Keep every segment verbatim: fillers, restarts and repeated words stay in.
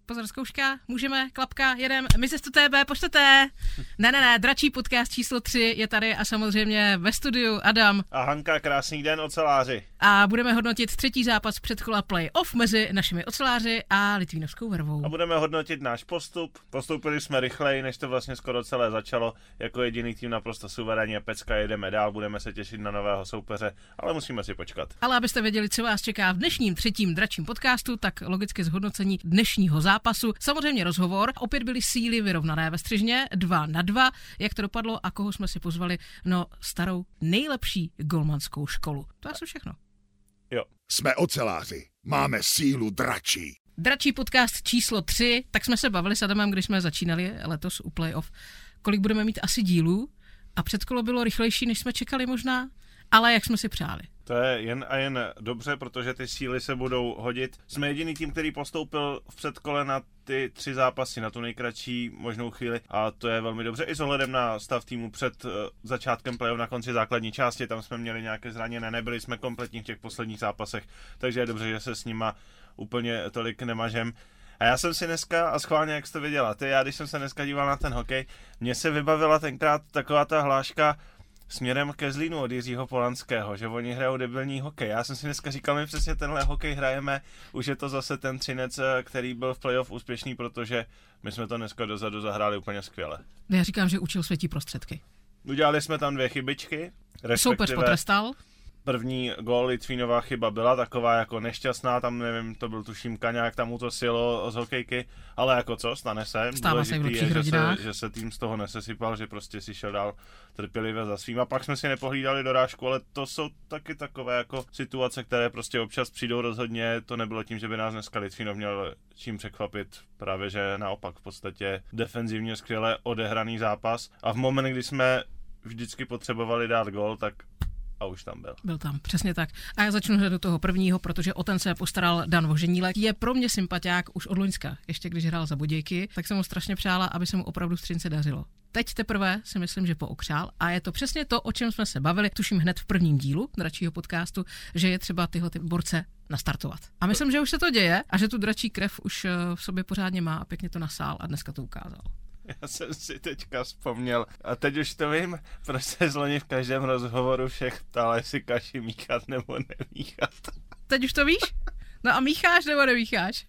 pozor, zkouška, můžeme, klapka, jedem, my se sto T B, poštěte. Ne, ne, ne, dračí podcast číslo tři je tady a samozřejmě ve studiu Adam. A Hanka, krásný den, oceláři. A budeme hodnotit třetí zápas předkola play-off mezi našimi oceláři a litvínovskou Vervou. A budeme hodnotit náš postup. Postoupili jsme rychleji, než to vlastně skoro celé začalo. Jako jediný tým naprosto suverénně, pecka, jedeme dál, budeme se těšit na nového soupeře, ale musíme si počkat. Ale abyste věděli, co vás čeká v dnešním třetím dračím podcastu, tak logicky zhodnocení dnešního zápasu. Samozřejmě rozhovor. Opět byly síly vyrovnané ve střižně, dva na dva. Jak to dopadlo a koho jsme si pozvali? No, starou nejlepší golmanskou školu. To je asi všechno. Jo. Jsme oceláři. Máme sílu dračí. Dračí podcast číslo tři. Tak jsme se bavili s Adamem, když jsme začínali letos u playoff. Kolik budeme mít asi dílů? A předkolo bylo rychlejší, než jsme čekali možná, ale jak jsme si přáli. To je jen a jen dobře, protože ty síly se budou hodit. Jsme jediný tým, který postoupil v předkole na ty tři zápasy, na tu nejkratší možnou chvíli a to je velmi dobře i s ohledem na stav týmu před uh, začátkem playoff na konci základní části. Tam jsme měli nějaké zraněné, nebyli jsme kompletní v těch posledních zápasech, takže je dobře, že se s nima úplně tolik nemažem. A já jsem si dneska, a schválně jak jsi to viděla, ty, já když jsem se dneska díval na ten hokej, mně se vybavila tenkrát taková ta hláška směrem ke Zlínu od Jiřího Polanského, že oni hrajou debilní hokej. Já jsem si dneska říkal, my přesně tenhle hokej hrajeme, už je to zase ten Třinec, který byl v playoff úspěšný, protože my jsme to dneska dozadu zahráli úplně skvěle. Já říkám, že učil světí prostředky. Udělali jsme tam dvě chybičky, soupeř potrestal. První gól Litvínová chyba byla taková jako nešťastná, tam nevím, to byl tuším Kaňák, tam mu to sjelo z hokejky, ale jako co, stane se. Stává se v lepších rodinách. Že se, že se tým z toho nesesypal, že prostě si šel dál trpělivě za svým a pak jsme si nepohlídali dorážku, ale to jsou taky takové jako situace, které prostě občas přijdou rozhodně, to nebylo tím, že by nás dneska Litvínov měl čím překvapit, právě že naopak v podstatě defenzivně skvěle odehraný zápas a v moment, kdy jsme vždycky potřebovali dát gól, tak a už tam byl. Byl tam, přesně tak. A já začnu do toho prvního, protože o ten se postaral Dan Voženílek. Je pro mě sympatiák už od loňska. Ještě když hrál za Budějky, tak jsem mu strašně přála, aby se mu opravdu v Třince dařilo. Teď teprve si myslím, že pookřál a je to přesně to, o čem jsme se bavili, tuším hned v prvním dílu dračího podcastu, že je třeba tyhle ty borce nastartovat. A myslím, že už se to děje a že tu dračí krev už v sobě pořádně má a pěkně to nasál a dneska to ukázal. Já jsem si teďka vzpomněl, a teď už to vím, proč se zloni v každém rozhovoru všech ptal, jestli kaši míchat nebo nemíchat. Teď už to víš? No a mícháš nebo nemícháš?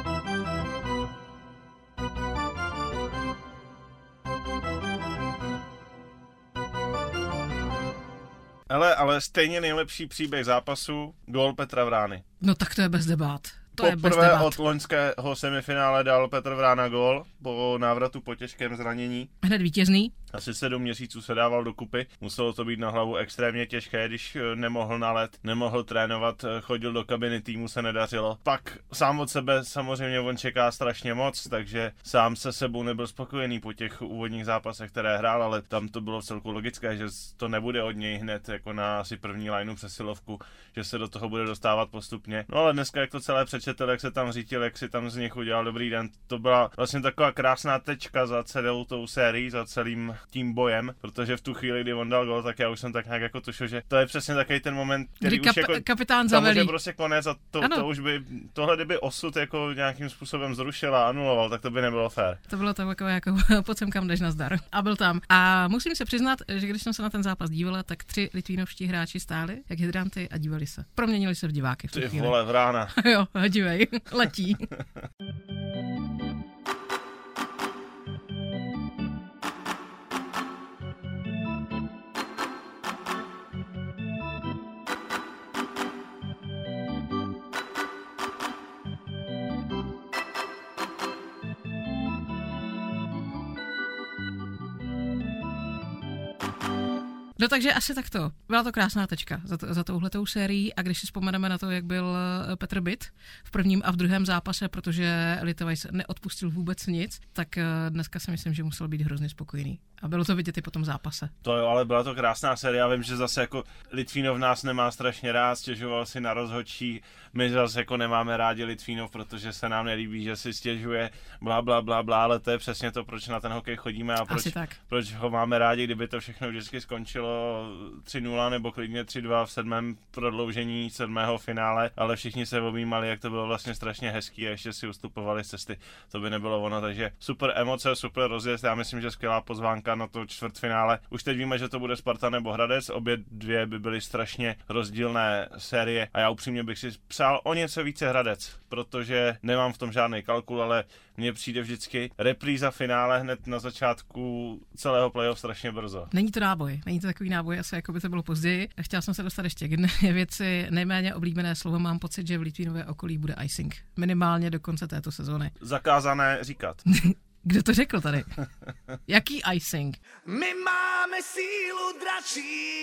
Ale, ale stejně nejlepší příběh zápasu, gól Petra Vrány. No tak to je bez debat. To Poprvé od loňského semifinále dal Petr Vrána gól po návratu po těžkém zranění. Hned vítězný. Asi sedm měsíců se dával dokupy. Muselo to být na hlavu extrémně těžké, když nemohl na led, nemohl trénovat, chodil do kabiny, týmu se nedařilo. Pak sám od sebe samozřejmě on čeká strašně moc, takže sám se sebou nebyl spokojený po těch úvodních zápasech, které hrál, ale tam to bylo vcelku logické, že to nebude od něj hned jako na asi první lineu přesilovku, že se do toho bude dostávat postupně. No ale dneska, jak to celé přečetl, jak se tam řítil, jak si tam z nich udělal dobrý den, to byla vlastně taková krásná tečka za celou tou sérií, za celým tím bojem, protože v tu chvíli, kdy on dal gol, tak já už jsem tak nějak jako tušil, že to je přesně takový ten moment, který kdy už kap- jako kapitán zavelí. Tam už je prostě konec a to, to už by, tohle kdyby osud jako nějakým způsobem zrušil a anuloval, tak to by nebylo fér. To bylo takové jako pojď sem kam jdeš nazdar. A byl tam. A musím se přiznat, že když jsem se na ten zápas dívala, tak tři litvínovští hráči stáli, jak hydranty a dívali se. Proměnili se v diváky v tu Ty chvíli. vole, Vrána. Jo, dívej, letí. No takže asi takto. Byla to krásná tečka za, to, za touhletou sérií a když si vzpomeneme na to, jak byl Petr Bit v prvním a v druhém zápase, protože Litvajs neodpustil vůbec nic, tak dneska si myslím, že musel být hrozně spokojený. A bylo to vidět i po tom zápase. To jo, ale byla to krásná série. Já vím, že zase jako Litvínov nás nemá strašně rád, stěžoval si na rozhodčí. My zase jako nemáme rádi Litvínov, protože se nám nelíbí, že si stěžuje bla bla bla bla, ale to je přesně to, proč na ten hokej chodíme a proč, proč ho máme rádi, kdyby to všechno vždycky skončilo skončilo tři nula nebo klidně tři dva v sedmém prodloužení sedmého finále, ale všichni se objímali, jak to bylo vlastně strašně hezký a ještě si ustupovali z cesty. To by nebylo ono, takže super emoce, super rozjezd. Já myslím, že skvělá pozvánka na to čtvrtfinále. Už teď víme, že to bude Sparta nebo Hradec, obě dvě by byly strašně rozdílné série a já upřímně bych si přál o něco více Hradec, protože nemám v tom žádný kalkul, ale mně přijde vždycky repríza finále hned na začátku celého playoff strašně brzo. Není to náboj, není to takový náboj, asi jako by to bylo později. Chtěla jsem se dostat ještě k jedné věci, nejméně oblíbené slovo, mám pocit, že v Litvínově okolí bude icing. Minimálně do konce této sezóny. Zakázané říkat. Kdo to řekl tady? Jaký icing? My máme sílu dračí.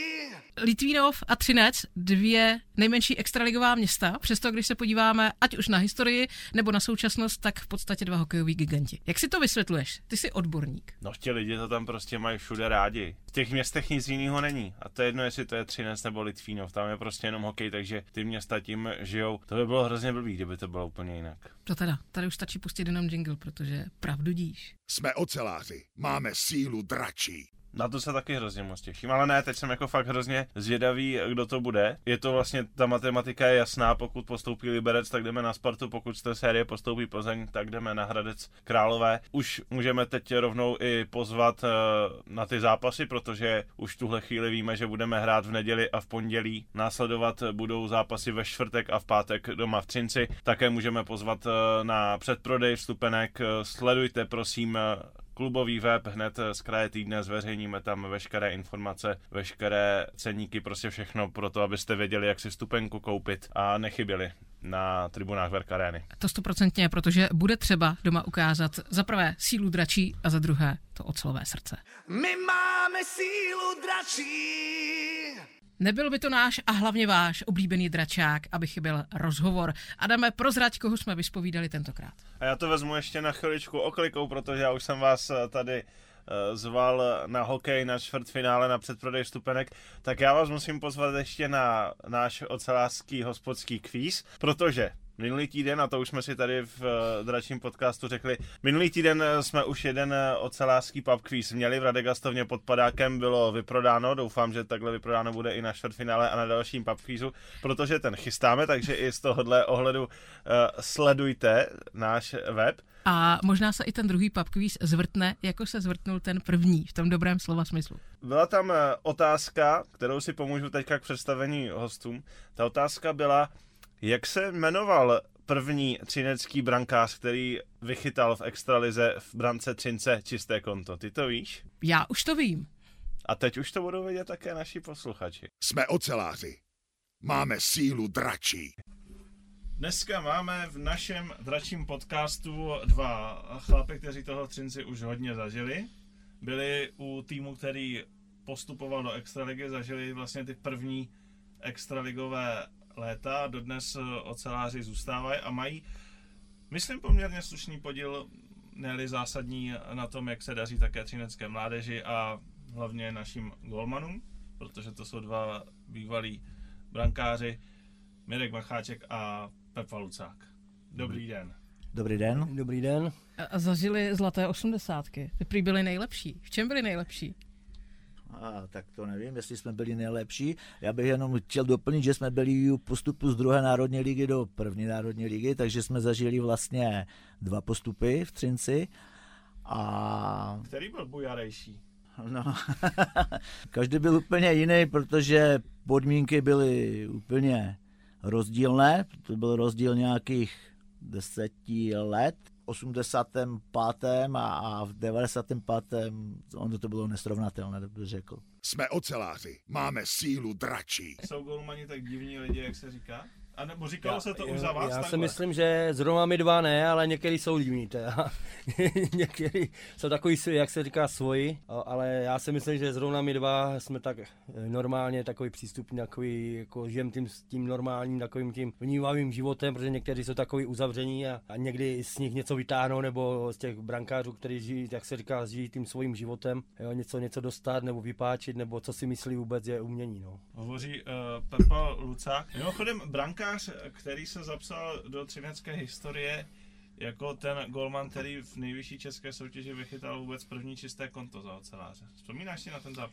Litvínov a Třinec, dvě nejmenší extraligová města, přesto když se podíváme ať už na historii nebo na současnost, tak v podstatě dva hokejoví giganti. Jak si to vysvětluješ? Ty jsi odborník. No ti lidi to tam prostě mají všude rádi. V těch městech nic jiného není. A to je jedno, jestli to je Třinec nebo Litvínov. Tam je prostě jenom hokej, takže ty města tím žijou. To by bylo hrozně blbý, kdyby to bylo úplně jinak. To teda, tady už stačí pustit jenom jingle, protože pravdu díš. Jsme oceláři, máme sílu dračí. Na to se taky hrozně moc těším, ale ne, teď jsem jako fakt hrozně zvědavý, kdo to bude. Je to vlastně, ta matematika je jasná, pokud postoupí Liberec, tak jdeme na Spartu, pokud z té série postoupí Plzeň, tak jdeme na Hradec Králové. Už můžeme teď rovnou i pozvat na ty zápasy, protože už v tuhle chvíli víme, že budeme hrát v neděli a v pondělí. Následovat budou zápasy ve čtvrtek a v pátek doma v Třinci. Také můžeme pozvat na předprodej vstupenek. Sledujte prosím klubový web, hned z kraje týdne zveřejníme tam veškeré informace, veškeré ceníky, prostě všechno pro to, abyste věděli, jak si vstupenku koupit a nechyběli na tribunách Werk Areny. To stoprocentně, protože bude třeba doma ukázat za prvé sílu dračí a za druhé to ocelové srdce. My máme sílu dračí. Nebyl by to náš a hlavně váš oblíbený dračák, aby chyběl rozhovor. Adame, prozrať, koho jsme vyspovídali tentokrát. A já to vezmu ještě na chviličku oklikou, protože já už jsem vás tady zval na hokej, na čtvrtfinále, na předprodej vstupenek, tak já vás musím pozvat ještě na náš ocelářský hospodský kvíz, protože minulý týden, a to už jsme si tady v dračím podcastu řekli, minulý týden jsme už jeden ocelářský pub quiz měli v Radegastovně pod Padákem, bylo vyprodáno, doufám, že takhle vyprodáno bude i na čtvrtfinále a na dalším pub quizu, protože ten chystáme, takže i z tohohle ohledu uh, sledujte náš web. A možná se i ten druhý pub quiz zvrtne, jako se zvrtnul ten první, v tom dobrém slova smyslu. Byla tam otázka, kterou si pomůžu teďka k představení hostům. Ta otázka byla, jak se jmenoval první třinecký brankář, který vychytal v extralize v brance Třince čisté konto? Ty to víš? Já už to vím. A teď už to budou vědět také naši posluchači. Jsme oceláři, máme sílu dračí. Dneska máme v našem dračím podcastu dva chlapy, kteří toho v Třinci už hodně zažili. Byli u týmu, který postupoval do extraligy, zažili vlastně ty první extraligové léta, dodnes oceláři zůstávají a mají, myslím, poměrně slušný podíl, ne-li zásadní, na tom, jak se daří také třinecké mládeži a hlavně našim golmanům, protože to jsou dva bývalí brankáři, Mirek Macháček a Pepa Lucák. Dobrý den. Dobrý den. Dobrý den. A zažili zlaté osmdesátky. Ty prý byli nejlepší. V čem byli nejlepší? A, tak to nevím, jestli jsme byli nejlepší. Já bych jenom chtěl doplnit, že jsme byli u postupu z druhé národní ligy do první národní ligy, takže jsme zažili vlastně dva postupy v Třinci. A... Který byl bujarejší? No, každý byl úplně jiný, protože podmínky byly úplně rozdílné. To byl rozdíl nějakých deseti let. V osmdesátém pátém a v devadesátém pátém ono to bylo nesrovnatelné, tak bych řekl. Jsme oceláři, máme sílu dračí. Jsou golmani tak divní lidi, jak se říká? A nebo říkalo já, se to už za vás? Já takhle? si myslím, že zrovna my dva ne, ale některý jsou divní. Některý jsou takový, jak se říká, svoji, ale já si myslím, že zrovna my dva jsme tak normálně takový přístupní, takový, jako žijem tím, tím normálním, takovým tím vnímavým životem, protože někteří jsou takový uzavření a, a někdy z nich něco vytáhnou, nebo z těch brankářů, kteří žijí, jak se říká, žijí tím svým životem, jo, něco, něco dostat nebo vypáčit, nebo co si myslí vůbec je umění. No. Hovoří uh, Pepa Lucák. Mimochodem, brankář, který se zapsal do třinecké historie jako ten golman, který v nejvyšší české soutěži vychytal vůbec první čisté konto za oceláře. Vzpomínáš si na ten zápas?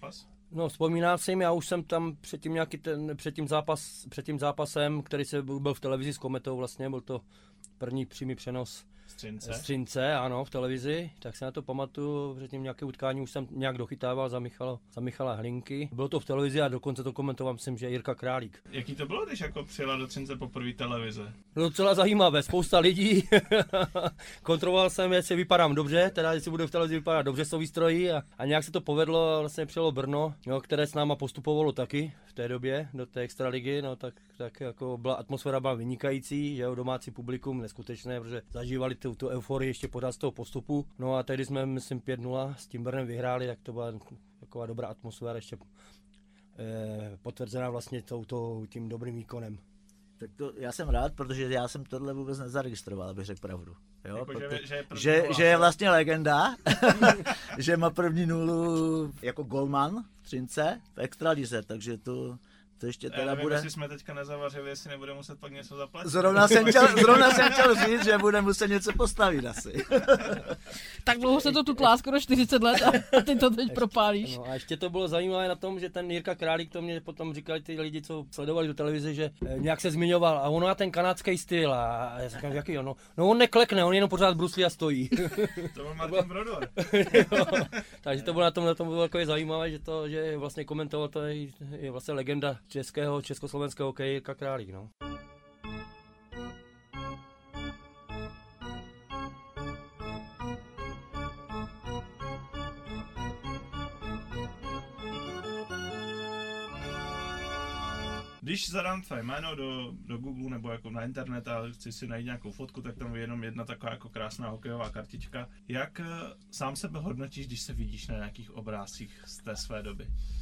No, vzpomínám si jim, já už jsem tam před tím, nějaký ten, před tím, zápas, před tím zápasem, který se byl v televizi s Kometou vlastně, byl to první přímý přenos Střince. Střince, ano, v televizi, tak se na to pamatuju, předtím nějaké utkání už jsem nějak dochytával za, Michalo, za Michala Hlinky. Bylo to v televizi a dokonce to komentoval, myslím, že Jirka Králík. Jaký to bylo, když jako přijela do Třince poprvé televize? Bylo docela zajímavé, spousta lidí, kontroloval jsem, jestli vypadám dobře, teda jestli bude v televizi vypadat dobře s tou výstrojí a, a nějak se to povedlo, vlastně přijelo Brno, jo, které s náma postupovalo taky v té době do té extraligy, no tak, tak jako byla atmosféra byla vynikající, že jo, domácí publikum neskutečné, protože zažívali tu, tu euforii ještě pořád z toho postupu, no a tehdy jsme, myslím, pět nula s tím Brnem vyhráli, tak to byla taková dobrá atmosféra, ještě eh, potvrzená vlastně touto, tím dobrým výkonem. Tak to já jsem rád, protože já jsem tohle vůbec nezaregistroval, abych řekl pravdu. Jo, Jako, proto, že, že, je že, že je vlastně legenda, že má první nulu jako golman v Třince v extralize, takže to, to ještě teda já nevím, bude... jestli jsme teďka nezavařili, jestli nebude muset pak něco zaplatit. Zrovna jsem chtěl, zrovna jsem chtěl říct, že bude muset něco postavit asi. Tak dlouho se to tutlá, skoro čtyřicet let a ty to teď ještě, propálíš. No a ještě to bylo zajímavé na tom, že ten Jirka Králík, to mě potom říkali ty lidi, co sledovali do televize, že eh, nějak se zmiňoval a on má ten kanadský styl a, a já říkám, jaký ono. No on neklekne, on jenom pořád bruslí a stojí. To byl Martin Brodor. Takže to bylo na tom, na tom bylo takové zajímavé, že to, že vlastně komentoval, to je, je vlastně legenda českého, československého hokeje Jirka Králík, no. Když zadám tvé jméno do, do Google nebo jako na internet a chci si najít nějakou fotku, tak tam je jenom jedna taková jako krásná hokejová kartička. Jak sám sebe hodnotíš, když se vidíš na nějakých obrázcích z té své doby?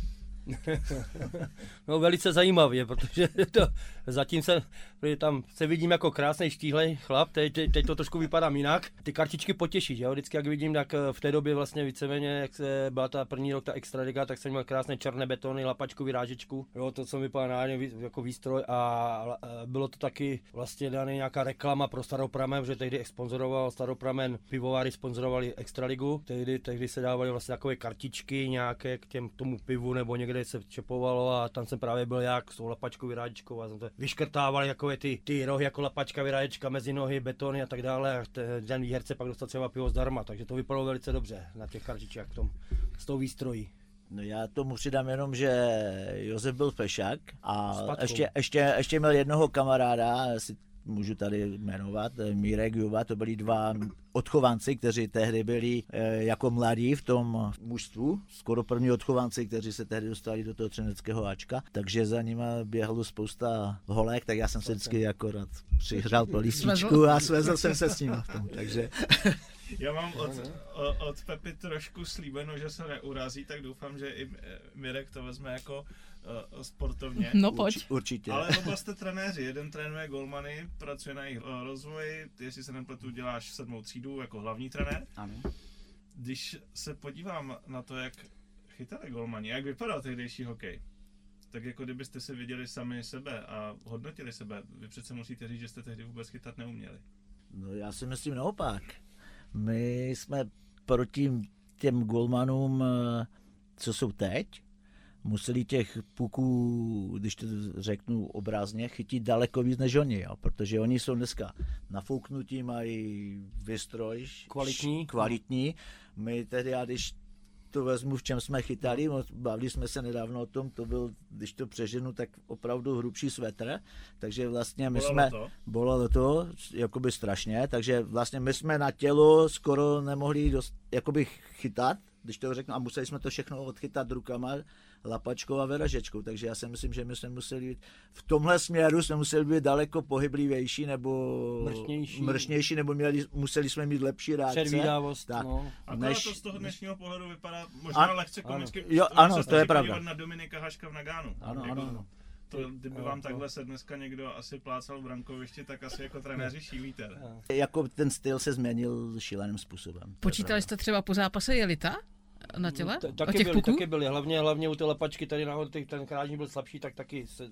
No velice zajímavě, protože to, zatím se, tam se vidím jako krásný štíhlej chlap, teď, teď, teď to trošku vypadám jinak. Ty kartičky potěší, jo? Vždycky jak vidím, tak v té době vlastně víceméně, jak se byla ta první rok ta extraliga, tak jsem měl krásné černé betony, lapačku, vyrážečku, jo, to co mi vypadá nádherně jako výstroj a bylo to taky vlastně daný nějaká reklama pro Staropramen, protože tehdy sponzoroval Staropramen, pivováry sponzorovali extraligu, tehdy, tehdy se dávaly vlastně takové kartičky nějaké k těm tomu pivu nebo někde se čepovalo a tam jsem právě byl jak s tou lapačkou vyrážečkou a jsem to vyškrtávali takové ty, ty rohy jako lapačka vyrážečka mezi nohy, betony a tak dále a ten výherce pak dostal třeba pivo zdarma, takže to vypadalo velice dobře na těch kartičkách tom, s tou výstrojí. No já tomu přidám jenom, že Josef byl fešák a ještě, ještě, ještě měl jednoho kamaráda, si můžu tady jmenovat, Mírek, Juva, to byli dva odchovanci, kteří tehdy byli e, jako mladí v tom mužstvu, skoro první odchovanci, kteří se tehdy dostali do toho třineckého Ačka, takže za nima běhalo spousta holek, tak já jsem se vždycky akorát přihřál po lístvíčku a svezl jsem se s ním v tom, takže... Já mám od, od Pepy trošku slíbeno, že se neurazí, tak doufám, že i Mirek to vezme jako uh, sportovně. No pojď. Urč, určitě. Ale oba jste trenéři, jeden trénuje golmany, pracuje na jejich rozvoji, ty, jestli se nepletu, děláš sedmou třídu jako hlavní trenér. Ano. Když se podívám na to, jak chytali golmani, jak vypadal tehdejší hokej, tak jako kdybyste si viděli sami sebe a hodnotili sebe, vy přece musíte říct, že jste tehdy vůbec chytat neuměli. No já si myslím naopak. My jsme proti těm golmanům, co jsou teď, museli těch puků, když to řeknu obrazně, chytit daleko víc než oni, jo, protože oni jsou dneska nafouknutí, mají výstroj kvalitní. kvalitní. My tedy, já když to vezmu, v čem jsme chytali, bavili jsme se nedávno o tom, to byl, když to přeženu, tak opravdu hrubší svetr, takže vlastně my bolelo jsme, to? bolelo to, jakoby strašně, takže vlastně my jsme na tělo skoro nemohli dost, jakoby chytat, když to řeknu, a museli jsme to všechno odchytat rukama, lapačkou a vyražečkou, takže já si myslím, že my jsme museli být, v tomhle směru jsme museli být daleko pohyblivější nebo mršnější, mršnější nebo měli, museli jsme mít lepší reakce. Předvídavost, tak, no. Akorát než, to z toho dnešního pohledu vypadá možná a, lehce komicky. Jo, ano, to je pravda. Na Dominika Haška v Nagánu. Ano, jako, ano, ano. To, kdyby vám takhle se dneska někdo asi plácal v brankovišti, tak asi jako trenéři šílíte. Jako ten styl se změnil šíleným způsobem. Počítali jste třeba po zápase Jelita? na těle? T- O taky těch byly, puků? taky byly, hlavně, hlavně u té lepačky tady nahoře, ten krážník byl slabší, tak taky se,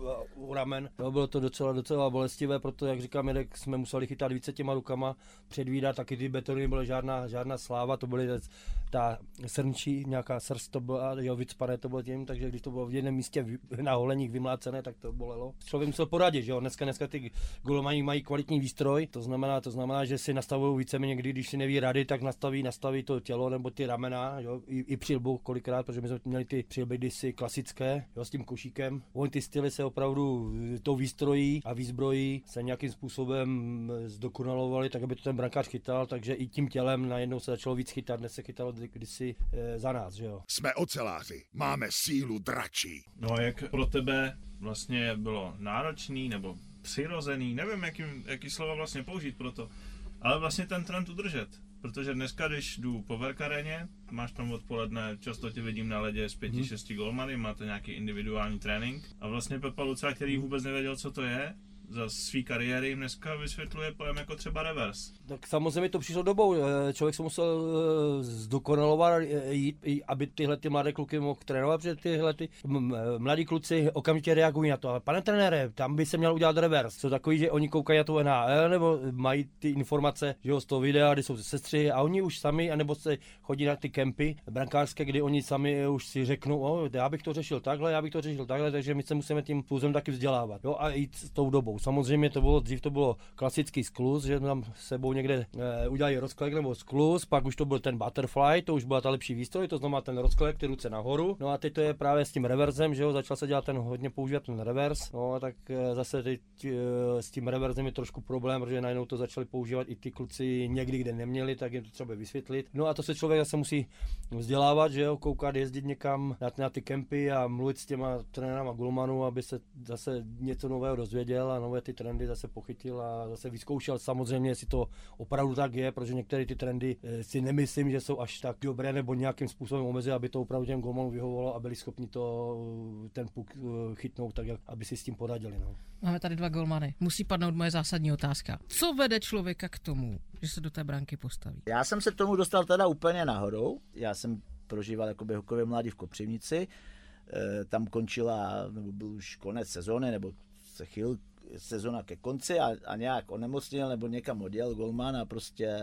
u ramen. Jo, bylo to docela, docela bolestivé, proto jak říkám, jak jsme museli chytat více těma rukama, předvídat, taky ty betony byly žádná, žádná sláva, to byly ta srnčí, nějaká srst to byla, jo, vycpané to bylo tím, takže když to bylo v jednom místě na holeních vymlácené, tak to bolelo. Člověk musel poradit, že jo, dneska, dneska ty golmani mají kvalitní výstroj, to znamená, to znamená, že si nastavují víceméně, kdy, když si neví rady, tak nastaví, nastaví to tělo nebo ty ramena, jo, i, i přilbu kolikrát, protože my jsme měli ty přilby kdysi klasické, jo, s tím košíkem. Oni ty styly se opravdu tou výstrojí a výzbrojí se nějakým způsobem zdokonalovali, tak aby to ten brankář chytal, takže i tím tělem najednou se začalo víc chytat, dnes se chytalo kdysi e, za nás, že jo. Jsme oceláři, máme sílu dračí. No a jak pro tebe vlastně bylo náročný nebo přirozený, nevím, jaký, jaký slova vlastně použít pro to, ale vlastně ten trend udržet. Protože dneska, když jdu po Verkareně, máš tam odpoledne, často tě vidím na ledě s pěti, hmm. šesti golmany, máte nějaký individuální trénink a vlastně Pepa Luca, který vůbec nevěděl, co to je, za svý kariéry jim dneska vysvětluje pojem jako třeba reverse. Tak samozřejmě to přišlo dobou, člověk se musel zdokonalovat, jít, aby tyhle ty mladé kluky mohl trénovat, protože tyhle ty mladí kluci okamžitě reagují na to. Ale pane trenére, tam by se měl udělat reverse. Jsou takový, že oni koukají na to N H L, nebo mají ty informace, že jo, z toho videa, kdy jsou sestři a oni už sami, anebo se chodí na ty kempy brankářské, kdy oni sami už si řeknou, o, já bych to řešil takhle, já bych to řešil takhle, takže my se musíme tím způsobem taky vzdělávat. Jo, a jít s tou dobou. Samozřejmě to bylo, dřív to bylo klasický skluz, že tam sebou někde e, udělají rozklek nebo skluz, pak už to byl ten butterfly, to už byla ta lepší výstroj, to znamená ten rozklek, ty ruce nahoru. No a teď to je právě s tím reverzem, že jo, začal se dělat ten hodně používat ten reverz. No a tak e, zase teď e, s tím reverzem je trošku problém, protože najednou to začali používat i ty kluci někdy, kde neměli, tak jim to třeba vysvětlit. No a to se člověk zase musí vzdělávat, že jo, koukat, jezdit někam na, na ty kempy a mluvit s těma trenérama golmanů, aby se zase něco nového dozvěděl a nové ty trendy zase pochytil a zase vyzkoušel. Samozřejmě, jestli to opravdu tak je, protože některé ty trendy si nemyslím, že jsou až tak dobré nebo nějakým způsobem omezí, aby to opravdu těm golmanům vyhovovalo a byli schopni to ten puk chytnout tak, jak, aby si s tím poradili. No. Máme tady dva golmany. Musí padnout moje zásadní otázka. Co vede člověka k tomu, že se do té branky postaví? Já jsem se k tomu dostal teda úplně náhodou. Já jsem prožíval jakoby hokejové mládí v Kopřivnici. E, tam končila, nebo byl už konec sezóny, nebo se chyl sezona ke konci a, a nějak onemocněl nebo někam odjel golman a prostě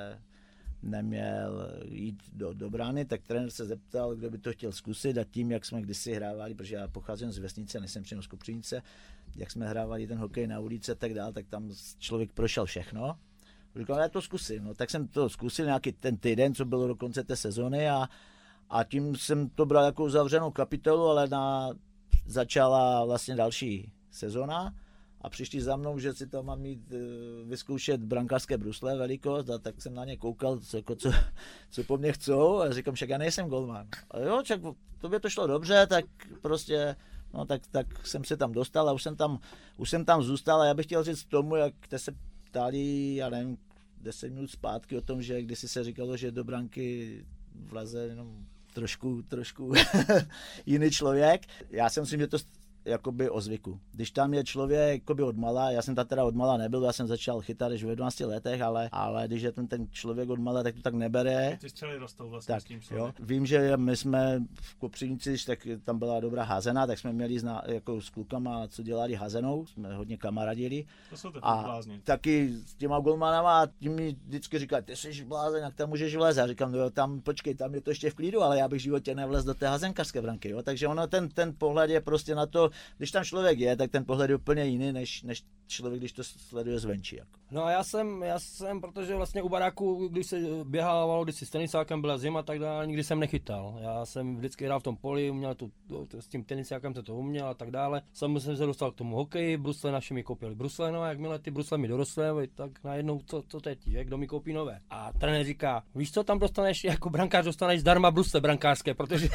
neměl jít do, do brány, tak trenér se zeptal, kdo by to chtěl zkusit a tím, jak jsme kdysi hrávali, protože já pocházím z vesnice, nejsem přímo z Kopřivnice, jak jsme hrávali ten hokej na ulici a tak dál, tak tam člověk prošel všechno. Říkal, já to zkusím, no, tak jsem to zkusil nějaký ten týden, co bylo do konce té sezony a, a tím jsem to bral jako uzavřenou kapitolu, ale na, začala vlastně další sezona. A přišli za mnou, že si to mám mít vyzkoušet brankářské brusle velikost a tak jsem na ně koukal, co, jako, co, co po mně chcou a říkám, však já nejsem golman. A jo, čak to by to šlo dobře, tak prostě, no tak, tak jsem se tam dostal a už jsem tam, už jsem tam zůstal a já bych chtěl říct tomu, jak jste se ptali, já nevím, deset minut zpátky o tom, že kdysi se říkalo, že do branky vleze jenom trošku, trošku jiný člověk. Já si myslím, že to jakoby o zvyku. Když tam je člověk jakoby odmala, já jsem tam teda odmala nebyl, já jsem začal chytat až ve dvanácti letech, ale, ale když je ten, ten člověk odmala, tak to tak nebere. Ty střely rostou vlastně tak, s tím jo. Vím, že my jsme v Kopřivnici, tak tam byla dobrá házená, tak jsme měli zna, jako s klukama, co dělali házenou, jsme hodně kamarádili. To jsou a blázni. Taky s těma golmanama a tím mi vždycky říkali, ty jsi blázen, jak tam můžeš vlezat. A říkám, no jo, tam počkej, tam je to ještě v klidu, ale já bych v životě nevlez do té házenkařské branky, jo. Takže ono ten, ten pohled je prostě na to, když tam člověk je, tak ten pohled je úplně jiný, než, než člověk, když to sleduje zvenčí. Jako. No a já jsem, já jsem, protože vlastně u baráku, když se běhávalo, když si s tenisákem byla zima, tak dále, nikdy jsem nechytal. Já jsem vždycky hrál v tom poli, uměl tu, s tím tenisákem se to uměl a tak dále. Jsem se dostal k tomu hokeji, brusle naše mi koupili brusle, no a jakmile ty brusle mi dorostly, tak najednou, co, co teď, že? Kdo mi koupí nové? A trenér říká, víš co, tam dostaneš, jako brankář dostaneš zdarma brusle brankářské, protože...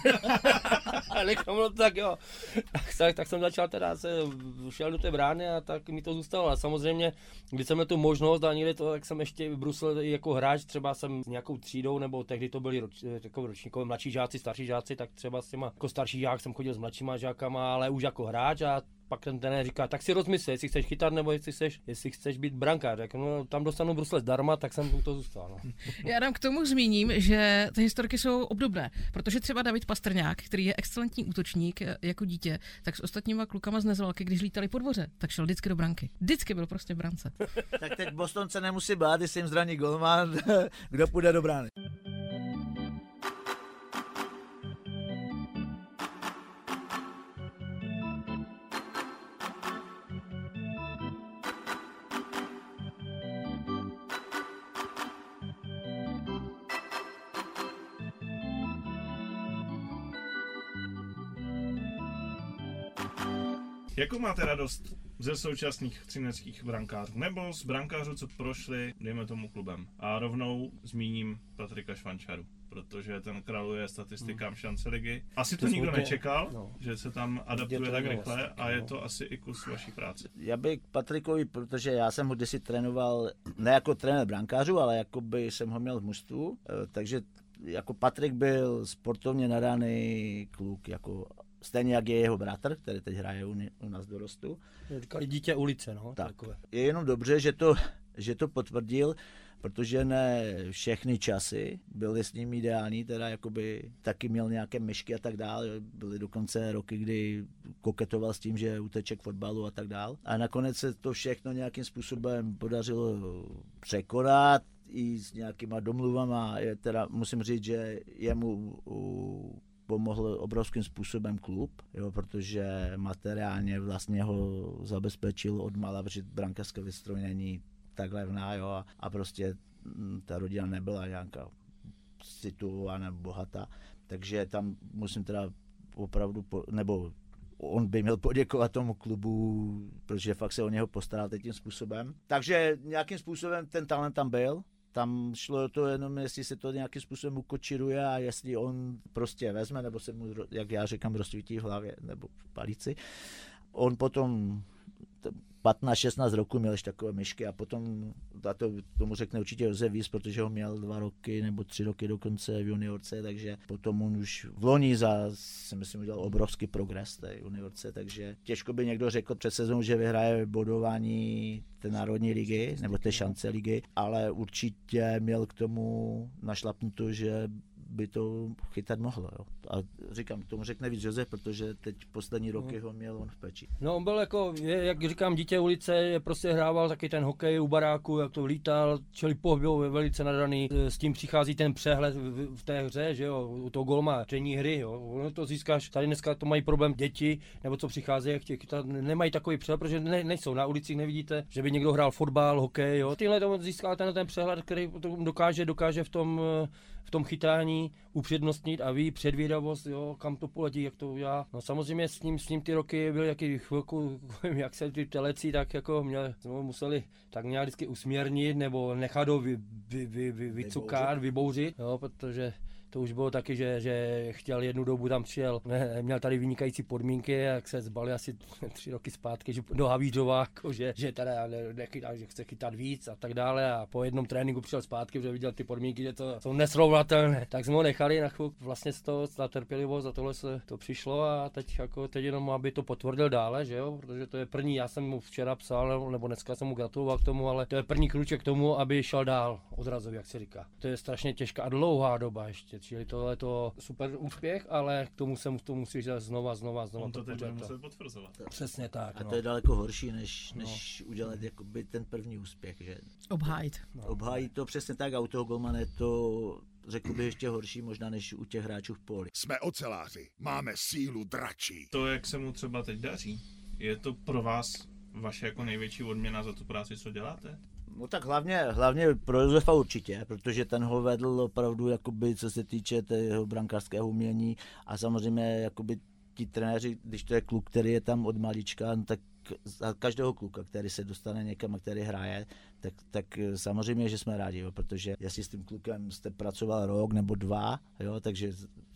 a no, tak jo. Tak, tak jsem začal teda, se šel do té brány a tak mi to zůstalo. A samozřejmě, když jsem měl tu možnost a někde to, tak jsem ještě bruslil jako hráč, třeba jsem s nějakou třídou, nebo tehdy to byli roč, jako ročníkové mladší žáci, starší žáci, tak třeba s těma jako starší žák jsem chodil s mladšíma žákama, ale už jako hráč a pak ten trenér říká, tak si rozmysli, jestli chceš chytat nebo jestli chceš, jestli chceš být brankář. Tak no, tam dostanu brusle zdarma, tak jsem u toho zůstal. No. Já dám k tomu zmíním, že ty historky jsou obdobné, protože třeba David Pastrňák, který je excelentní útočník jako dítě, tak s ostatníma klukama z Nezvalky, když lítali po dvoře, tak šel vždycky do branky. Vždycky byl prostě v brance. Tak teď Bostonce nemusí bát, jestli jim zraní golman, kdo půjde do brány. Jakou máte radost ze současných třineckých brankářů? Nebo z brankářů, co prošli, dejme tomu klubem? A rovnou zmíním Patrika Švančaru, protože ten králuje statistikám šance ligy. Asi to, to nikdo nečekal, no. že se tam adaptuje tak rychle vlastně, a je to asi i kus vaší práce. Já bych Patrikovi, protože já jsem ho kdysi trénoval, ne jako trenér brankářů, ale jako by jsem ho měl v mužstvu, takže jako Patrik byl sportovně nadaný kluk, jako stejně jak je jeho bratr, který teď hraje u, u nás dorostu. Říkali dítě ulice, no. Tak. Je jenom dobře, že to, že to potvrdil, protože ne všechny časy byly s ním ideální, teda jakoby taky měl nějaké myšky a tak dále. Byly dokonce roky, kdy koketoval s tím, že uteče k fotbalu a tak dále. A nakonec se to všechno nějakým způsobem podařilo překonat i s nějakýma domluvama. Je teda, musím říct, že jemu u, pomohl obrovským způsobem klub, jo, protože materiálně vlastně ho zabezpečil od mala, protože brankářské vystrojení tak levná, jo, a, a prostě ta rodina nebyla nějaká situovaná, bohatá, takže tam musím teda opravdu, po, nebo on by měl poděkovat tomu klubu, protože fakt se o něho postaral tím způsobem. Takže nějakým způsobem ten talent tam byl. Tam šlo to jenom, jestli se to nějakým způsobem ukočiruje a jestli on prostě vezme, nebo se mu, jak já říkám, rozsvítí v hlavě nebo v palici. On potom patnáct šestnáct roku měl ještě takové myšky a potom, a to tomu řekne určitě Josef víc, protože ho měl dva roky nebo tři roky dokonce v juniorce, takže potom on už v loni za, si myslím, udělal obrovský progres té juniorce, takže těžko by někdo řekl před sezónou, že vyhraje bodování té národní ligy nebo té šance ligy, ale určitě měl k tomu našlapnuto, že by to chytat mohlo. Jo. A říkám, k tomu řekne víc Josef, protože teď poslední roky ho měl on v peči. No on byl jako, je, jak říkám, dítě ulice, je prostě hrával taky ten hokej u baráku, jak to lítal, čili pohyb byl velice nadaný, s tím přichází ten přehled v, v té hře, že jo, u toho golma, čení hry, jo, ono to získáš, tady dneska to mají problém děti, nebo co přichází, jak chtějí chytat, nemají takový přehled, protože ne, nejsou na ulicích, nevidíte, že by někdo hrál fotbal, hokej, jo. Tyhle to získal ten, ten přehled, který dokáže, dokáže v tom v tom chytání upřednostnit a ví předvídavost, jo, kam to poletí, jak to udělá. No samozřejmě s ním, s ním ty roky byly jaký chvilku, jak se ty telecí, tak jako měli, museli tak nějak vždycky usměrnit nebo nechat ho vy, vy, vy, vy, vycukat, vybouřit, jo, protože to už bylo taky, že, že chtěl jednu dobu, tam přijel, ne, měl tady vynikající podmínky, jak se zbalil asi tři roky zpátky, že do Havířova, jako, že, že teda nechytá, že chce chytat víc a tak dále a po jednom tréninku přijel zpátky, protože viděl ty podmínky, že to jsou nesrovnatelné, tak jsme ho nechali na chvilku vlastně z toho, ta trpělivost, za tohle se to přišlo a teď jako teď jenom, aby to potvrdil dále, že jo, protože to je první, já jsem mu včera psal, nebo dneska jsem mu gratuloval k tomu, ale to je první kruček k tomu, aby šel dál odrazově, jak se říká. To je strašně těžká a dlouhá doba ještě. Čili tohle je to super úspěch, ale k tomu se to musíš dát znova, znova, znova. On to teď bude muset potvrzovat. Přesně tak. A no. to je daleko horší, než, než no. udělat jakoby ten první úspěch. Že? Obhájit. No. Obhájit to přesně tak a u toho golmana je to, řekl bych, ještě horší možná než u těch hráčů v poli. Jsme oceláři, máme sílu dračí. To, jak se mu třeba teď daří, je to pro vás vaše jako největší odměna za tu práci, co děláte? No tak hlavně, hlavně pro Josefa určitě, protože ten ho vedl opravdu, jakoby, co se týče jeho brankářského umění a samozřejmě jakoby, ti trenéři, když to je kluk, který je tam od malička, no, tak za každého kluka, který se dostane někam a který hraje, tak, tak samozřejmě, že jsme rádi, jo, protože jestli s tím klukem jste pracoval rok nebo dva, jo, takže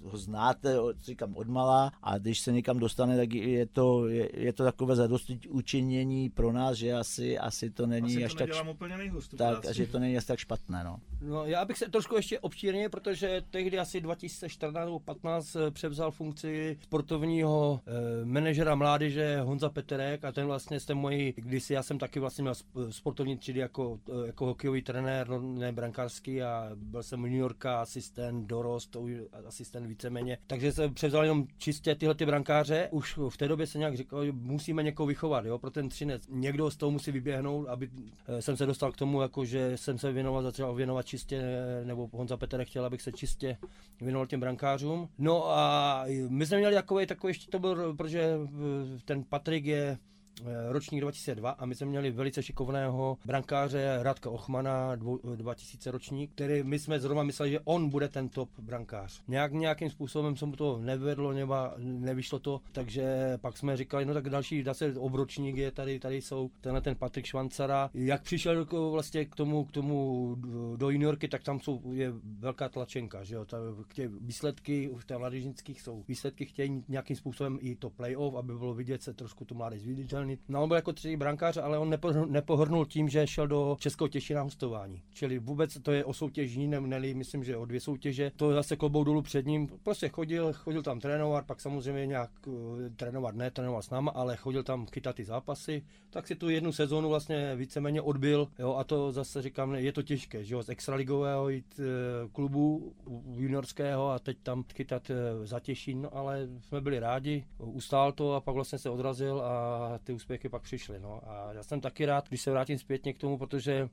ho znáte, říkám, odmala a když se někam dostane, tak je to, je, je to takové zadosti učinění pro nás, že asi, asi to není asi až to tak, úplně nejhůř, tu tak, práci. že to není až tak špatné. No. No, já bych se trošku ještě obšírně, protože tehdy asi dva tisíce čtrnáct nebo patnáct převzal funkci sportovního e, manažera mládeže Honza Peterek a ten vlastně jste moji, kdysi já jsem taky vlastně měl sportovní třídy jako, jako hokejový trenér, no, ne brankářský a byl jsem juniorka, asistent, dorost, asistent víceméně. Takže jsem převzal jenom čistě tyhle ty brankáře. Už v té době se nějak říkalo, že musíme někoho vychovat, jo, pro ten Třinec. Někdo z toho musí vyběhnout, aby jsem se dostal k tomu, jako že jsem se věnoval, začal věnovat čistě, nebo Honza Peterek chtěl, abych se čistě věnoval těm brankářům. No a my jsme měli takový, takový ještě to byl, protože ten Patrik je ročník dva tisíce dva a my jsme měli velice šikovného brankáře Radka Ochmana, dva tisíce ročník, který my jsme zrovna mysleli, že on bude ten top brankář. Nějak, nějakým způsobem se mu to nevedlo, nebo nevyšlo to, takže pak jsme říkali, no tak další, zase obročník je tady, tady jsou tenhle ten Patrik Švancara. Jak přišel vlastně k tomu, k tomu do juniorky, tak tam jsou, je velká tlačenka, že jo, ta, chtějí výsledky, v té mládežnických jsou výsledky, chtějí nějakým způsobem i to playoff, aby bylo vidět se trošku tu mládež viditelný. No, on byl jako třetí brankář, ale on nepo, nepohrnul tím, že šel do Českého Těšína hostování. Čili vůbec to je o soutěží, ne, myslím, že o dvě soutěže. To zase klobouk dolů před ním. Prostě chodil, chodil tam trénovat, pak samozřejmě nějak uh, trénovat, ne trénoval s náma, ale chodil tam chytat ty zápasy. Tak si tu jednu sezónu vlastně víceméně odbil, jo, a to zase říkám, je to těžké, že jo, z extraligového jít uh, klubu juniorského a teď tam chytat uh, za Těšín, no, ale jsme byli rádi, ustál to a pak vlastně se odrazil a ty úspěchy pak přišly. No. A já jsem taky rád, když se vrátím zpětně k tomu, protože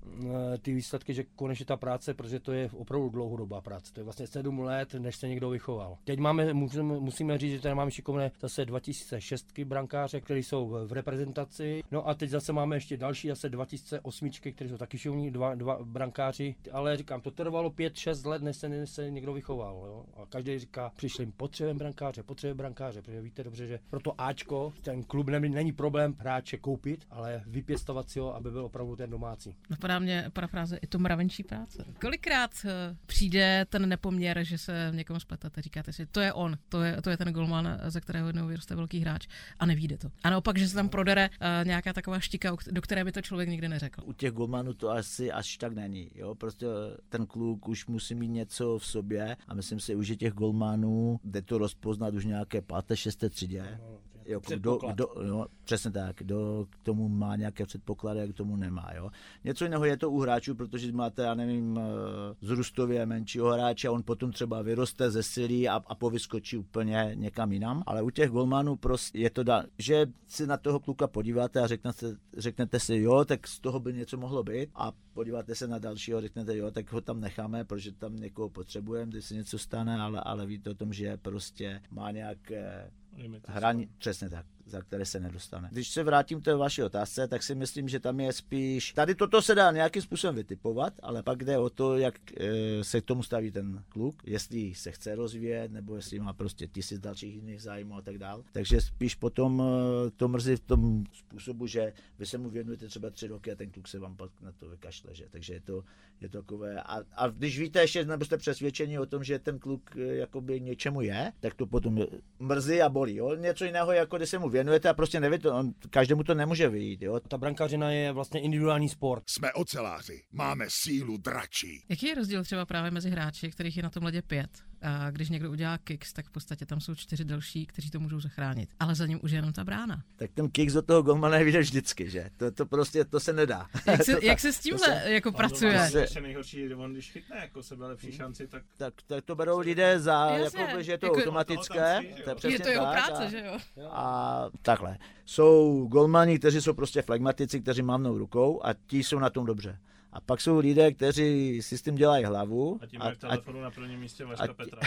ty výsledky, že konečně ta práce, protože to je opravdu dlouhodobá práce. To je vlastně sedm let, než se někdo vychoval. Teď máme, musíme, musíme říct, že tady máme šikovné zase dva tisíce šest brankáře, kteří jsou v reprezentaci. No a teď zase máme ještě další, zase dva tisíce osm, kteří jsou taky šikovní, dva, dva brankáři. Ale říkám, to trvalo pět šest let, než se, než se někdo vychoval. Jo? A každý říká, přišli potřebujeme brankáře, potřebujeme brankáře, protože víte dobře, že pro to Ačko ten klub není, není problém hráče koupit, ale vypěstovat si ho, aby byl opravdu ten domácí. Napadá mě parafráze, je to mravenčí práce. Kolikrát přijde ten nepoměr, že se v někom spletete, říkáte si, to je on, to je, to je ten golman, ze kterého jednou vyroste velký hráč a nevíde to. A naopak, že se tam prodere uh, nějaká taková štika, do které by to člověk nikdy neřekl. U těch golmanů to asi až tak není. Jo? Prostě ten kluk už musí mít něco v sobě a myslím si, už je těch golmanů, jde to rozpoznat už nějaké páté, šesté třídě. Jo, kdo, kdo, no, přesně tak, kdo k tomu má nějaké předpoklady a k tomu nemá. Jo. Něco jiného je to u hráčů, protože máte, já nevím, zrůstově menšího hráče a on potom třeba vyroste ze silí a, a povyskočí úplně někam jinam. Ale u těch golmanů prostě je to dá, že si na toho kluka podíváte a řeknete, řeknete si, jo, tak z toho by něco mohlo být a podíváte se na dalšího, řeknete, jo, tak ho tam necháme, protože tam někoho potřebujeme, když se něco stane, ale, ale víte o tom, že prostě má nějaké hraní, přesně tak, za které se nedostane. Když se vrátím k té vaší otázce, tak si myslím, že tam je spíš, tady toto se dá nějakým způsobem vytipovat, ale pak jde o to, jak e, se k tomu staví ten kluk, jestli se chce rozvíjet, nebo jestli má prostě tisíc dalších jiných zájmů a tak dále. Takže spíš potom e, to mrzí v tom způsobu, že vy se mu věnujete třeba tři roky a ten kluk se vám pak na to vykašle, že? Takže je to, je to takové. A, a když víte ještě, nebo jste přesvědčeni o tom, že ten kluk e, jakoby něčemu je, tak to potom mrzí a bolí. Jo? Něco jiného, jako když se mu věnujete a prostě nevíte, on, každému to nemůže vyjít. Jo? Ta brankářina je vlastně individuální sport. Jsme oceláři, máme sílu dračí. Jaký je rozdíl třeba právě mezi hráči, kterých je na tom ledě pět? A když někdo udělá kicks, tak v podstatě tam jsou čtyři další, kteří to můžou zachránit. Ale za ním už je jenom ta brána. Tak ten kicks do toho golmana vyjde vždycky, že? To, to prostě, to se nedá. Jak se, to, jak se s tímhle se, jako pracuje? To je ještě nejhorší, on když chytne jako sebe lepší šanci, tak... Tak, tak to berou lidé za, Jasně, jako, že je to jako, automatické. To, to je přesně je to jeho tak, práce, a, že jo? A takhle. Jsou golmani, kteří jsou prostě flegmatici, kteří mávnou rukou a ti jsou na tom dobře. A pak jsou lidé, kteří si s tím dělají hlavu. A ti mají v telefonu a, na prvním místě Vaška a, Petra.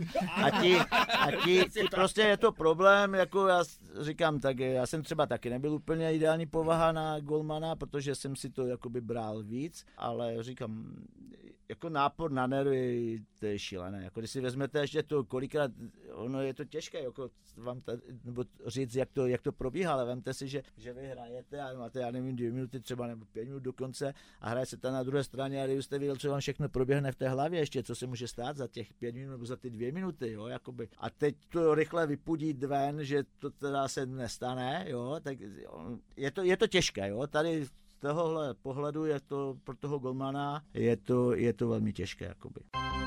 A ti, a ti, ti prostě je to problém, jako já říkám, tak já jsem třeba taky nebyl úplně ideální povaha na golmana, protože jsem si to jakoby bral víc, ale říkám, jako jako nápor na nervy, to je šílené. Jako když si vezmete ještě to, kolikrát, ono je to těžké, jako vám tady, nebo říct, jak to, jak to probíhá, ale vemte si, že, že vy hrajete a máte, já nevím, dvě minuty třeba nebo pět minut dokonce a hraje se tam na druhé straně a když jste viděl, co vám všechno proběhne v té hlavě ještě, co se může stát za těch pět minut nebo za ty dvě minuty, jo, jakoby. A teď to rychle vypudit ven, že to teda se nestane, jo, tak je to, je to těžké, jo, tady z tohohle pohledu je to pro toho golmana, je to, je to velmi těžké, jakoby.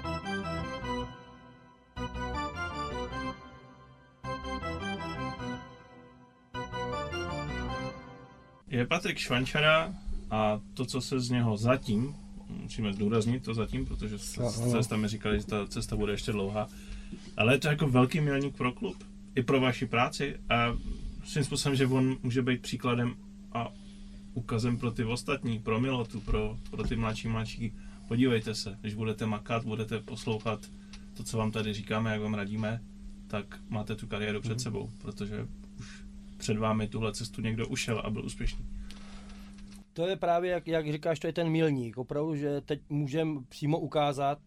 Je Patrik Švančara a to, co se z něho zatím, musíme zdůraznit to zatím, protože cesta mi říkali, že ta cesta bude ještě dlouhá, ale je to jako velký milník pro klub, i pro vaši práci a svým způsobem, že on může být příkladem a ukazem pro ty ostatní, pro Milotu, pro, pro ty mladší mladší. Podívejte se, když budete makat, budete poslouchat to, co vám tady říkáme, jak vám radíme, tak máte tu kariéru před sebou, protože už před vámi tuhle cestu někdo ušel a byl úspěšný. To je právě, jak, jak říkáš, to je ten milník. Opravdu, že teď můžeme přímo ukázat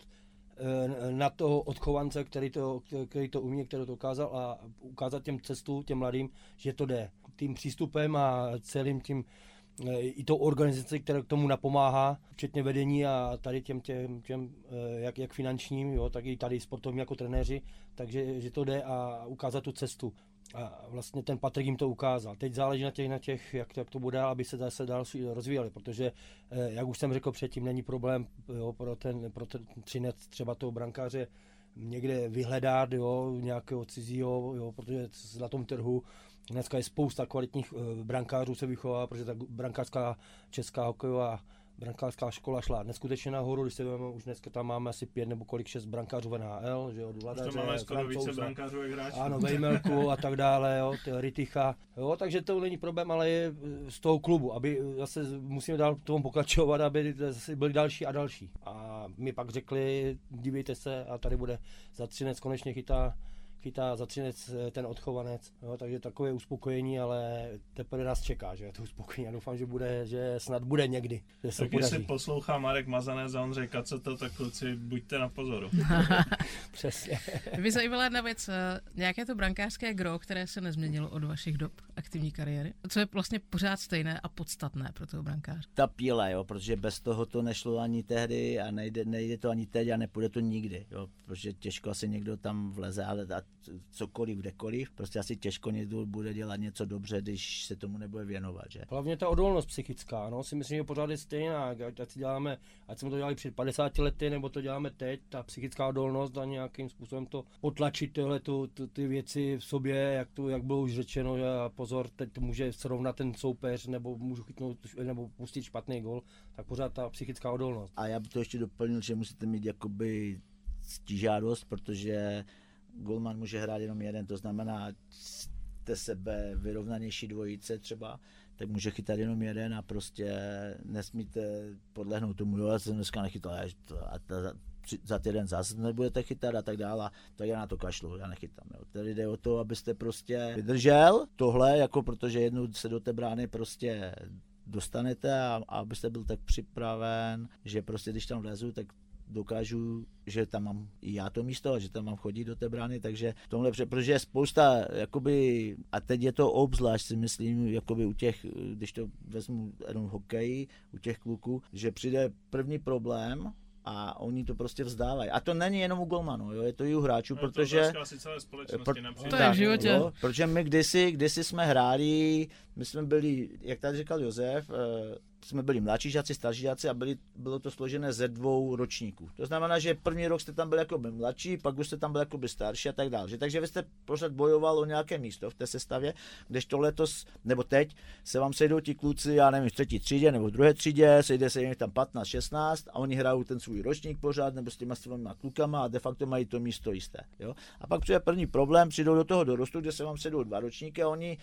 e, na toho odchovance, který to, který to umí, který to ukázal a ukázat těm cestu, těm mladým, že to jde. Tím přístupem a celým tím e, i tou organizací, která k tomu napomáhá, včetně vedení a tady těm, těm, těm e, jak, jak finančním, jo, tak i tady sportovní jako trenéři, takže že to jde a ukázat tu cestu. A vlastně ten Patrik jim to ukázal. Teď záleží na těch, na těch jak, jak to bude, aby se zase dál rozvíjeli, protože, jak už jsem řekl předtím, není problém jo, pro ten, pro ten Třinec třeba toho brankáře někde vyhledat, jo, nějakého cizího, jo, protože na tom trhu dneska je spousta kvalitních brankářů se vychová, protože ta brankářská česká hokejová brankářská škola šla neskutečně nahoru, když se víme, už dneska tam máme asi pět nebo kolik šest brankářů v N H L, že jo, Vladaře, už to máme skoro více brankářů jak hráčů. Ano, Vejmelku a tak dále, jo, Ryticha, jo, takže to není problém, ale je z toho klubu, aby zase musíme dál tomu pokračovat, aby zase byli další a další. A my pak řekli, dívejte se a tady bude za Třinec konečně chytá chytá za Třinec ten odchovanec, jo, takže takové uspokojení, ale teprve nás čeká, že to uspokojení. Já doufám, že bude, že snad bude někdy, že se tak podaří. jestli poslouchá Marek Mazanec a Ondřej Kaceta, tak kluci, buďte na pozoru. Přesně. Mě zajímala jedna věc, nějaké to brankářské gro, které se nezměnilo od vašich dob aktivní kariéry, co je vlastně pořád stejné a podstatné pro toho brankáře? Ta píle, jo, protože bez toho to nešlo ani tehdy a nejde, nejde to ani teď a nepůjde to nikdy, jo, protože těžko asi někdo tam vleze, ale cokoliv, kdekoliv, prostě asi těžko někdo bude dělat něco dobře, když se tomu nebude věnovat, že? Hlavně ta odolnost psychická, no, si myslím, že pořád je stejná, ať si děláme, ať jsme to dělali před padesáti lety, nebo to děláme teď, ta psychická odolnost a nějakým způsobem to potlačit tyhle tu, tu, ty věci v sobě, jak, to, jak bylo už řečeno, že pozor, teď může srovnat ten soupeř, nebo můžu chytnout, nebo pustit špatný gol, tak pořád ta psychická odolnost. A já bych to ještě doplnil, že musíte mít jakoby ctižádost, protože golman může hrát jenom jeden, to znamená, jste sebe vyrovnanější dvojice třeba, tak může chytat jenom jeden a prostě nesmíte podlehnout tomu, jo, já jsem dneska nechytal, a ta, za týden zase nebudete chytat a tak dále, tak já na to kašlu, já nechytám. Jo. Tady jde o to, abyste prostě vydržel tohle, jako protože jednou se do té brány prostě dostanete a, a abyste byl tak připraven, že prostě když tam vlezu, tak dokážu, že tam mám i já to místo a že tam mám chodit do té brány, takže v tomhle, protože je spousta, jakoby, a teď je to obzvlášť si myslím, jakoby u těch, když to vezmu jenom hokeji, u těch kluků, že přijde první problém a oni to prostě vzdávají. A to není jenom u golmanů, jo, je to i u hráčů, no, protože... To celé společnosti pro, to je v životě. Jo, protože my kdysi, kdysi jsme hráli, my jsme byli, jak tady říkal Josef, uh, jsme byli mladší žáci, starší žáci a byli, bylo to složené ze dvou ročníků. To znamená, že první rok jste tam byli jakoby mladší, pak už jste tam byli jakoby starší a tak dále. Takže vy jste pořád bojoval o nějaké místo v té sestavě, kdežto letos, nebo teď, se vám sejdou ti kluci, já nevím, v třetí třídě nebo v druhé třídě, sejde se jim tam patnáct šestnáct a oni hrajou ten svůj ročník pořád, nebo s těma svýma klukama a de facto mají to místo jisté. Jo? A pak přijde první problém, přijdou do toho dorostu, kde se vám sejdou dva ročníky a oni,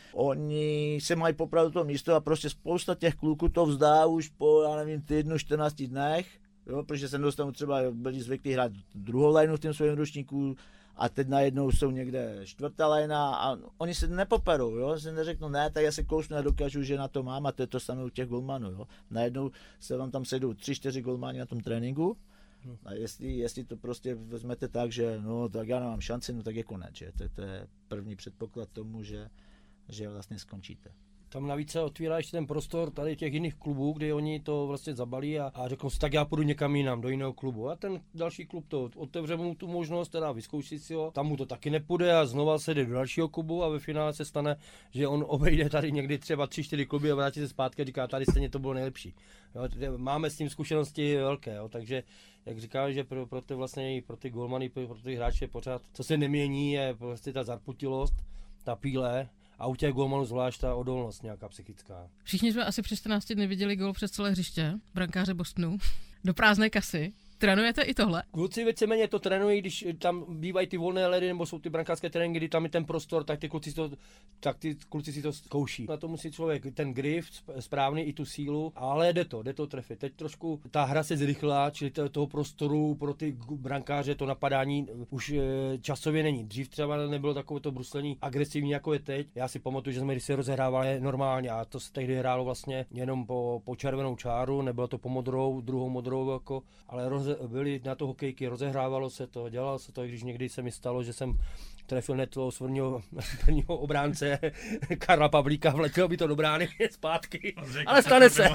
oni se mají popravit to místo a prostě spousta těch kluků to vzdá už po, já nevím, týdnu, čtrnácti dnech, jo, protože se dostanu třeba, byli zvyklí hrát druhou lajnu v tom svém ročníku a teď najednou jsou někde čtvrtá lajna a oni se nepoperou, jo, se neřeknou, ne, tak já se kousnu a dokážu, že na to mám a to je to samé u těch golmanů, jo. Najednou se vám tam sejdou tři, čtyři golmani na tom tréninku A jestli, jestli to prostě vezmete tak, že no tak já nemám šanci, no tak je konec, že? To, to je první předpoklad tomu, že, že vlastně skončíte. Tam navíc se otvírá ještě ten prostor tady těch jiných klubů, kde oni to vlastně zabalí a, a řeknou si, tak já půjdu někam jinam, do jiného klubu. A ten další klub to otevře mu tu možnost, teda vyzkoušet si ho, tam mu to taky nepůjde a znova se jde do dalšího klubu a ve finále se stane, že on obejde tady někdy třeba tři, čtyři kluby a vrátí se zpátky a říká, tady stejně to bylo nejlepší. Jo, máme s tím zkušenosti velké, jo, takže jak říkám, že pro, pro ty vlastně, pro ty golmany, pro, pro ty hráče pořád, co se nemění, je prostě ta zarputilost, ta píle. A u těch golmanů zvlášť ta odolnost nějaká psychická. Všichni jsme asi přes čtrnáct dny viděli gól přes celé hřiště, brankáře Bostonu, do prázdné kasy. Trénujete i tohle? Kluci víceméně to trénují, když tam bývají ty volné ledy nebo jsou ty brankářské tréninky, kdy tam je ten prostor, tak ty kluci si to, tak ty kluci si to zkouší. Na to musí člověk ten grif správný i tu sílu, ale jde to, jde to trefit. Teď trošku ta hra se zrychlila, čili toho prostoru pro ty brankáře to napadání už časově není. Dřív třeba nebylo takové to bruslení agresivní, jako je teď. Já si pamatuju, že jsme když se rozehrávali normálně a to se tehdy hrálo vlastně jenom po, po červenou čáru, nebylo to po modrou, druhou modrou jako, ale roz byli na to hokejky, rozehrávalo se to, dělalo se to, i když někdy se mi stalo, že jsem trefil net toho svého prvního obránce Karla Pavlíka, vletělo by to do brány zpátky, ale stane se.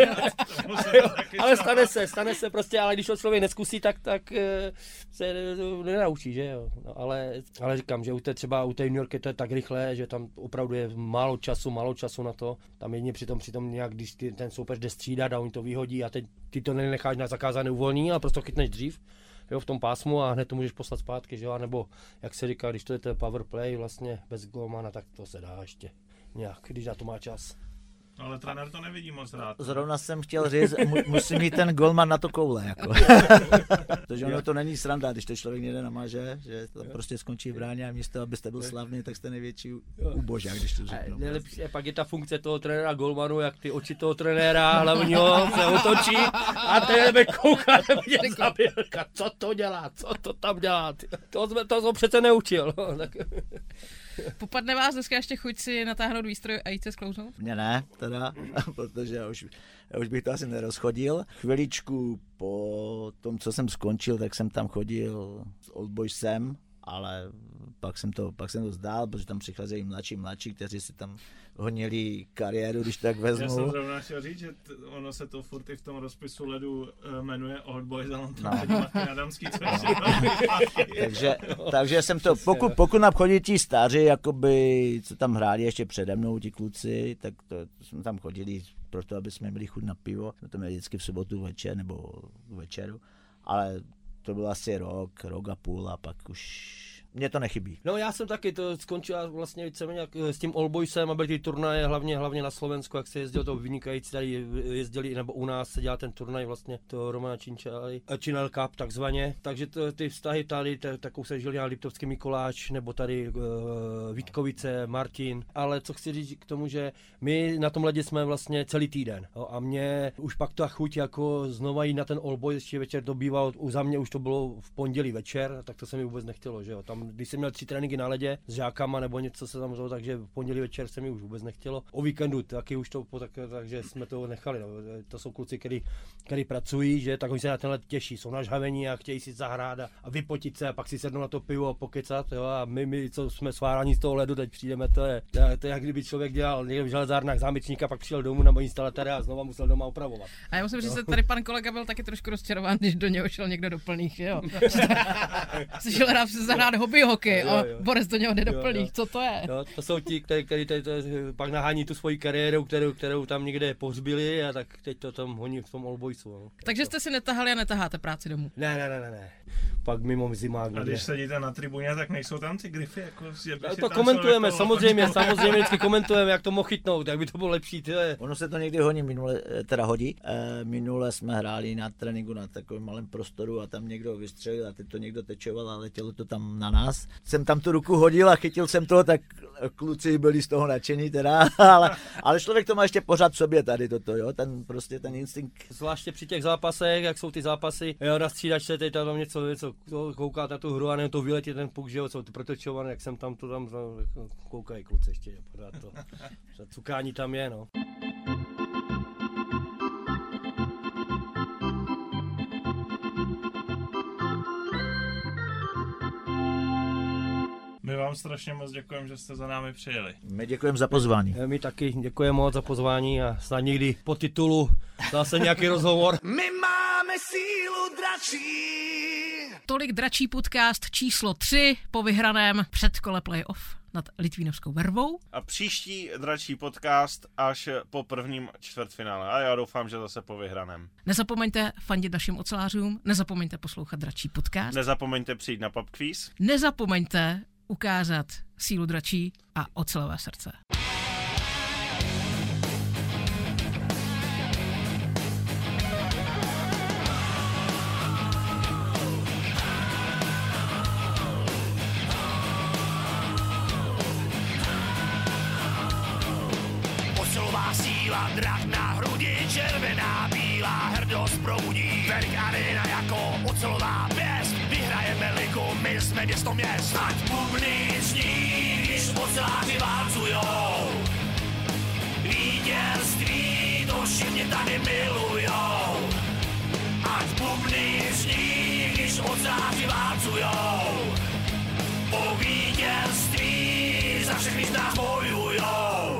Ale stane se, stane se prostě, ale když to člověk neskusí, tak, tak se nenaučí, že jo. No, ale, ale říkám, že u té třeba u té juniorky to je tak rychle, že tam opravdu je málo času, málo času na to. Tam jedině přitom, přitom nějak, když ty, ten soupeř jde střídat a oni to vyhodí a teď ty to nenecháš na zakázané uvolní, ale prostě chytneš dřív, jo, v tom pásmu a hned to můžeš poslat zpátky, že jo, nebo jak se říká, když to je ten power play vlastně bez golmana, tak to se dá ještě nějak, když na to má čas. Ale trenér to nevidí moc rád. Zrovna jsem chtěl říct, mu, musí mít ten golman na to koule, jako. Protože ono to není sranda, když to člověk někde namáže, že to prostě skončí v bráně a místo, abyste byl slavný, tak jste největší ubožák, když to řeknu. Nejlepší je pak je ta funkce toho trenéra golmanu, jak ty oči toho trenéra hlavního se otočí a tebe kouká, mě zabil, co to dělá, co to tam dělá, to jsme to jsem přece neučil. Popadne vás dneska ještě chuť si natáhnout výstroj a jít se sklouznout? Mně ne, teda, protože já už, já už bych to asi nerozchodil. Chviličku po tom, co jsem skončil, tak jsem tam chodil s Old Boysem, ale pak jsem to, pak jsem to zdál, protože tam přicházejí mladší, mladší, kteří si tam honili kariéru, když tak vezmu. Já jsem zrovna chtěl říct, že t- ono se to furt i v tom rozpisu ledu uh, jmenuje Old Boys, ale on tam no. chodí Martin Adamský, co no. takže, takže jsem to, pokud, pokud nám chodí ti staří, jakoby, co tam hráli ještě přede mnou, ti kluci, tak to, to jsme tam chodili proto, aby jsme měli chuť na pivo. Jsme to měli vždycky v sobotu večer nebo večeru, ale to byl asi rok, rok a půl a pak už mně to nechybí. No já jsem taky to skončil vlastně víceméně s tím All Boysem a byly ty turnaje hlavně, hlavně na Slovensku, jak se jezdilo to vynikající, tady jezdili, nebo u nás se dělá ten turnaj vlastně to Romana Činel Cup takzvaně, takže to, ty vztahy tady, takovou se žil nějak Liptovský Mikuláš, nebo tady uh, Vítkovice, Martin, ale co chci říct k tomu, že my na tom ledě jsme vlastně celý týden, jo, a mě už pak ta chuť jako znova jít na ten All Boys, ještě večer to bývalo, za mě už to bylo v pondělí večer, tak to se mi vůbec nechtělo, že jo, tam když jsem měl tři tréninky na ledě s žákama nebo něco se tam zlo, takže v pondělí večer se mi už vůbec nechtělo. O víkendu taky už to, tak, takže jsme to nechali. No. To jsou kluci, kteří, kteří pracují, že tak oni se na ten let těší, jsou nažhavení a chtějí si zahrát a, a vypotit se a pak si sednou na to pivo a pokecat. Jo. A my, my, co jsme sváráni z toho ledu, teď přijdeme, to je, to je, to je jak kdyby člověk dělal někde v železárnách zámečníka, pak přišel domů nebo instalatéra a znova musel doma opravovat. A já musím říct, že tady pan kolega byl taky trošku rozčarován, když do něho šel někdo do plných, jo. Šel rád se zahrát hobby hokej a Boris do něho jde do plných, co to je? Jo, to jsou ti, kteří, kteří pak nahání tu svoji kariéru, kterou, kterou tam někde pohřbili a tak teď to tam honí v tom All Boysu. No. Takže jste si netahali a netaháte práci domů? Ne, ne, ne, ne, ne. Pak mimo zimák. A když sedíte na tribuně, tak nejsou tam ty grify? Jako, no, to komentujeme, jako, samozřejmě, samozřejmě vždycky komentujeme, jak to mohl chytnout, jak by to bylo lepší. Tyhle. Ono se to někdy honí, minule, teda hodí. E, minule jsme hráli na tréninku na takovém malém prostoru a tam někdo vystřelil a teď to někdo tečoval a letělo to tam na nás. Jsem tam tu ruku hodil a chytil jsem to, tak kluci byli z toho nadšení teda, ale, ale člověk to má ještě pořád v sobě tady toto, jo, ten prostě ten instinkt. Zvláště při těch zápasech, jak jsou ty zápasy, jo, na střídačce teď tam něco, něco kouká na tu hru a nevím, to vyletí ten puk, že jo, jsou ty protočované, jak jsem tam to tam, koukají kluci ještě, pořád to, cukání tam je, no. My vám strašně moc děkujeme, že jste za námi přijeli. My děkujeme za pozvání. My taky děkujeme moc za pozvání a snad někdy po titulu zase nějaký rozhovor. My máme sílu dračí. Tolik Dračí podcast číslo tři po vyhraném předkole playoff nad Litvínovskou Vervou. A příští Dračí podcast až po prvním čtvrtfinále. A já doufám, že zase po vyhraném. Nezapomeňte fandit našim ocelářům, nezapomeňte poslouchat Dračí podcast. Nezapomeňte přijít na pub quiz. Nezapomeňte ukázat sílu dračí a ocelové srdce. Ocelová síla, drak na hrudi, červená, bílá, hrdost probudí. Verk Arena jako ocelová pěst, vyhrajeme ligu, my jsme město měst. Ať bubny zní, když oceláři válcujou. Vítězství, to všichni tady milujou. Ať bubny zní, když oceláři válcujou. O vítězství za všechny z nás bojujou.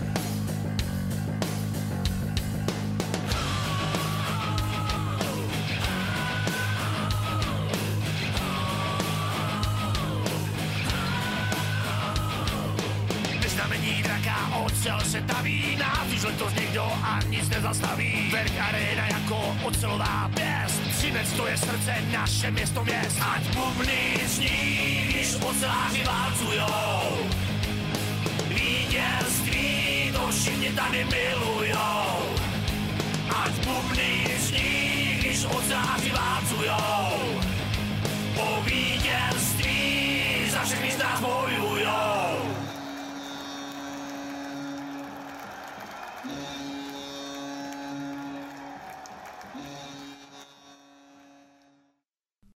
Znamení draka, ocel se taví, nás už letos někdo a nic nezastaví. Verk Arena jako ocelová pěst, Třinec to je srdce, naše město měst. Ať bubny zní, když oceláři válcujou. Vítězství, to všichni tady milujou. Ať bubny zní, když oceláři válcujou. O vítězství za všechny z nás bojujou.